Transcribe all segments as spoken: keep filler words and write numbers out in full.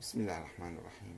بسم الله الرحمن الرحيم.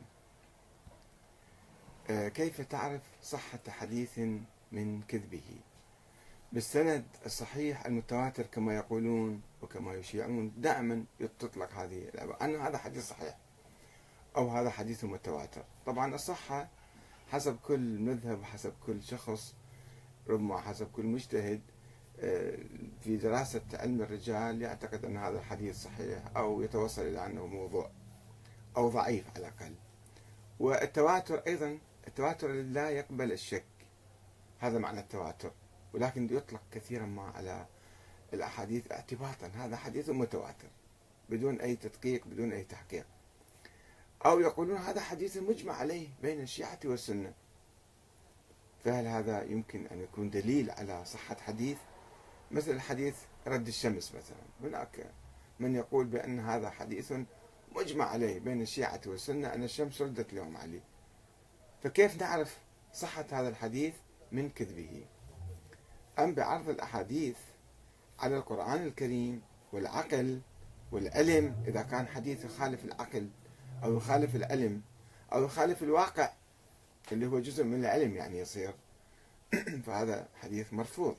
آه، كيف تعرف صحة حديث من كذبه؟ بالسند الصحيح المتواتر كما يقولون وكما يشيعون دائما تطلق هذه العبارة أنه هذا حديث صحيح أو هذا حديث متواتر. طبعا الصحة حسب كل مذهب وحسب كل شخص، ربما حسب كل مجتهد آه، في دراسة علم الرجال يعتقد أن هذا الحديث صحيح أو يتوصل إلى أنه موضوع أو ضعيف على الأقل. والتواتر أيضا التواتر لا يقبل الشك، هذا معنى التواتر، ولكن يطلق كثيرا ما على الأحاديث اعتباطا هذا حديث متواتر بدون أي تدقيق بدون أي تحقيق، أو يقولون هذا حديث مجمع عليه بين الشيعة والسنة. فهل هذا يمكن أن يكون دليل على صحة حديث؟ مثل حديث رد الشمس مثلا، هناك من يقول بأن هذا حديث مجمع عليه بين الشيعة والسنة أن الشمس ردت اليوم عليه. فكيف نعرف صحة هذا الحديث من كذبه؟ أم بعرض الأحاديث على القرآن الكريم والعقل والعلم، إذا كان حديث يخالف العقل أو يخالف العلم أو يخالف الواقع اللي هو جزء من العلم يعني يصير فهذا حديث مرفوض.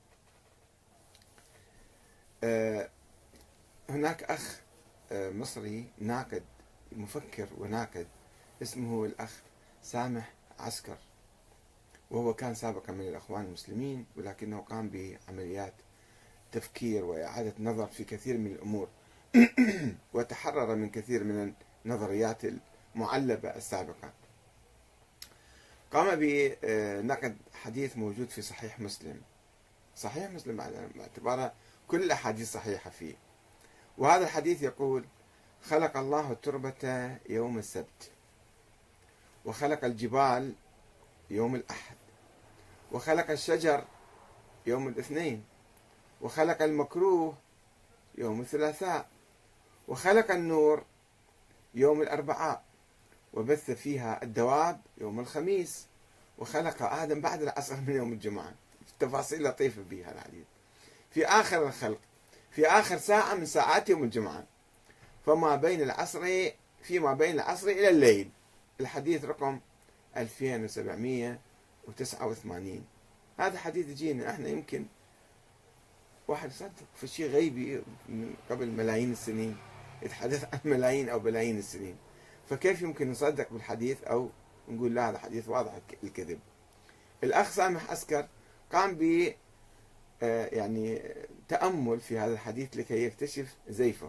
هناك أخ مصري ناقد مفكر وناقد اسمه الأخ سامح عسكر، وهو كان سابقا من الأخوان المسلمين، ولكنه قام بعمليات تفكير وإعادة نظر في كثير من الأمور وتحرر من كثير من النظريات المعلبة السابقة. قام بنقد حديث موجود في صحيح مسلم، صحيح مسلم باعتباره كل الأحاديث صحيحة فيه، وهذا الحديث يقول: خلق الله التربة يوم السبت، وخلق الجبال يوم الأحد، وخلق الشجر يوم الاثنين، وخلق المكروه يوم الثلاثاء، وخلق النور يوم الأربعاء، وبث فيها الدواب يوم الخميس، وخلق آدم بعد العصر من يوم الجمعة. تفاصيل لطيفة بها الحديث. في آخر الخلق، في آخر ساعة من ساعات يوم الجمعة، فما بين العصر فيما بين العصر إلى الليل. الحديث رقم ألفين وسبعمئة وتسعة وثمانين. هذا حديث يجينا احنا يمكن واحد يصدق في شيء غيبي من قبل ملايين السنين، يتحدث عن ملايين أو بلايين السنين، فكيف يمكن نصدق بالحديث أو نقول لا هذا حديث واضح الكذب؟ الأخ سامح عسكر قام ب يعني تأمل في هذا الحديث لكي يكتشف زيفه،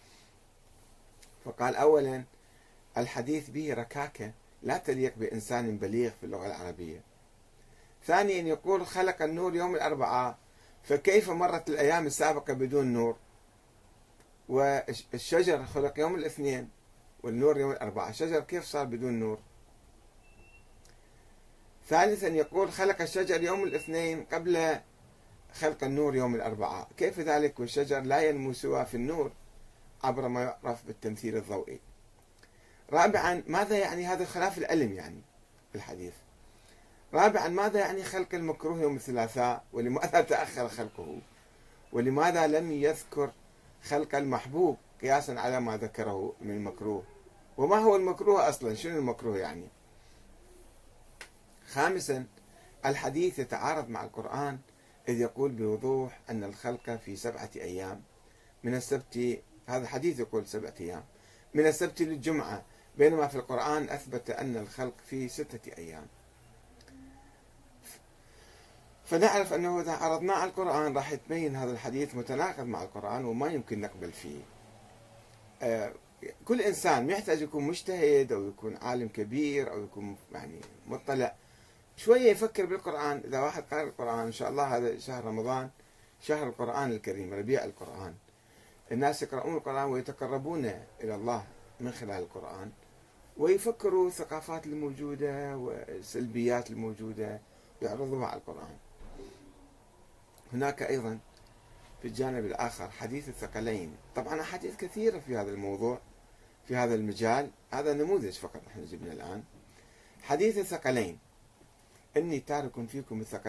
فقال: أولا الحديث به ركاكة لا تليق بإنسان بليغ في اللغة العربية. ثانيا يقول خلق النور يوم الأربعاء، فكيف مرت الأيام السابقة بدون نور؟ والشجر خلق يوم الاثنين والنور يوم الأربعاء، الشجر كيف صار بدون نور؟ ثالثا يقول خلق الشجر يوم الاثنين قبل خلق النور يوم الأربعاء، كيف ذلك والشجر لا ينمو سوى في النور عبر ما يعرف بالتمثيل الضوئي؟ رابعا ماذا يعني هذا خلاف العلم يعني في الحديث؟ رابعا ماذا يعني خلق المكروه يوم الثلاثاء، ولماذا تأخر خلقه؟ ولماذا لم يذكر خلق المحبوب قياسا على ما ذكره من المكروه؟ وما هو المكروه أصلا؟ شنو المكروه يعني؟ خامسا الحديث يتعارض مع القرآن إذ يقول بوضوح أن الخلق في سبعة أيام من السبت، هذا الحديث يقول سبعة أيام من السبت للجمعة، بينما في القرآن أثبت أن الخلق في ستة أيام. فنعرف أنه إذا عرضنا على القرآن راح يتبين هذا الحديث متناقض مع القرآن وما يمكن نقبل فيه. آه كل إنسان ما يحتاج يكون مجتهد أو يكون عالم كبير أو يكون يعني مطلع، شوية يفكر بالقرآن. إذا واحد قرأ القرآن إن شاء الله هذا شهر رمضان شهر القرآن الكريم، ربيع القرآن، الناس يقرؤون القرآن ويتقربون إلى الله من خلال القرآن، ويفكروا الثقافات الموجودة والسلبيات الموجودة يعرضوها على القرآن. هناك أيضا في الجانب الآخر حديث الثقلين، طبعا أحاديث كثيرة في هذا الموضوع في هذا المجال، هذا نموذج فقط نحن جبنا الآن. حديث الثقلين: إني تارك فيكم الثقلين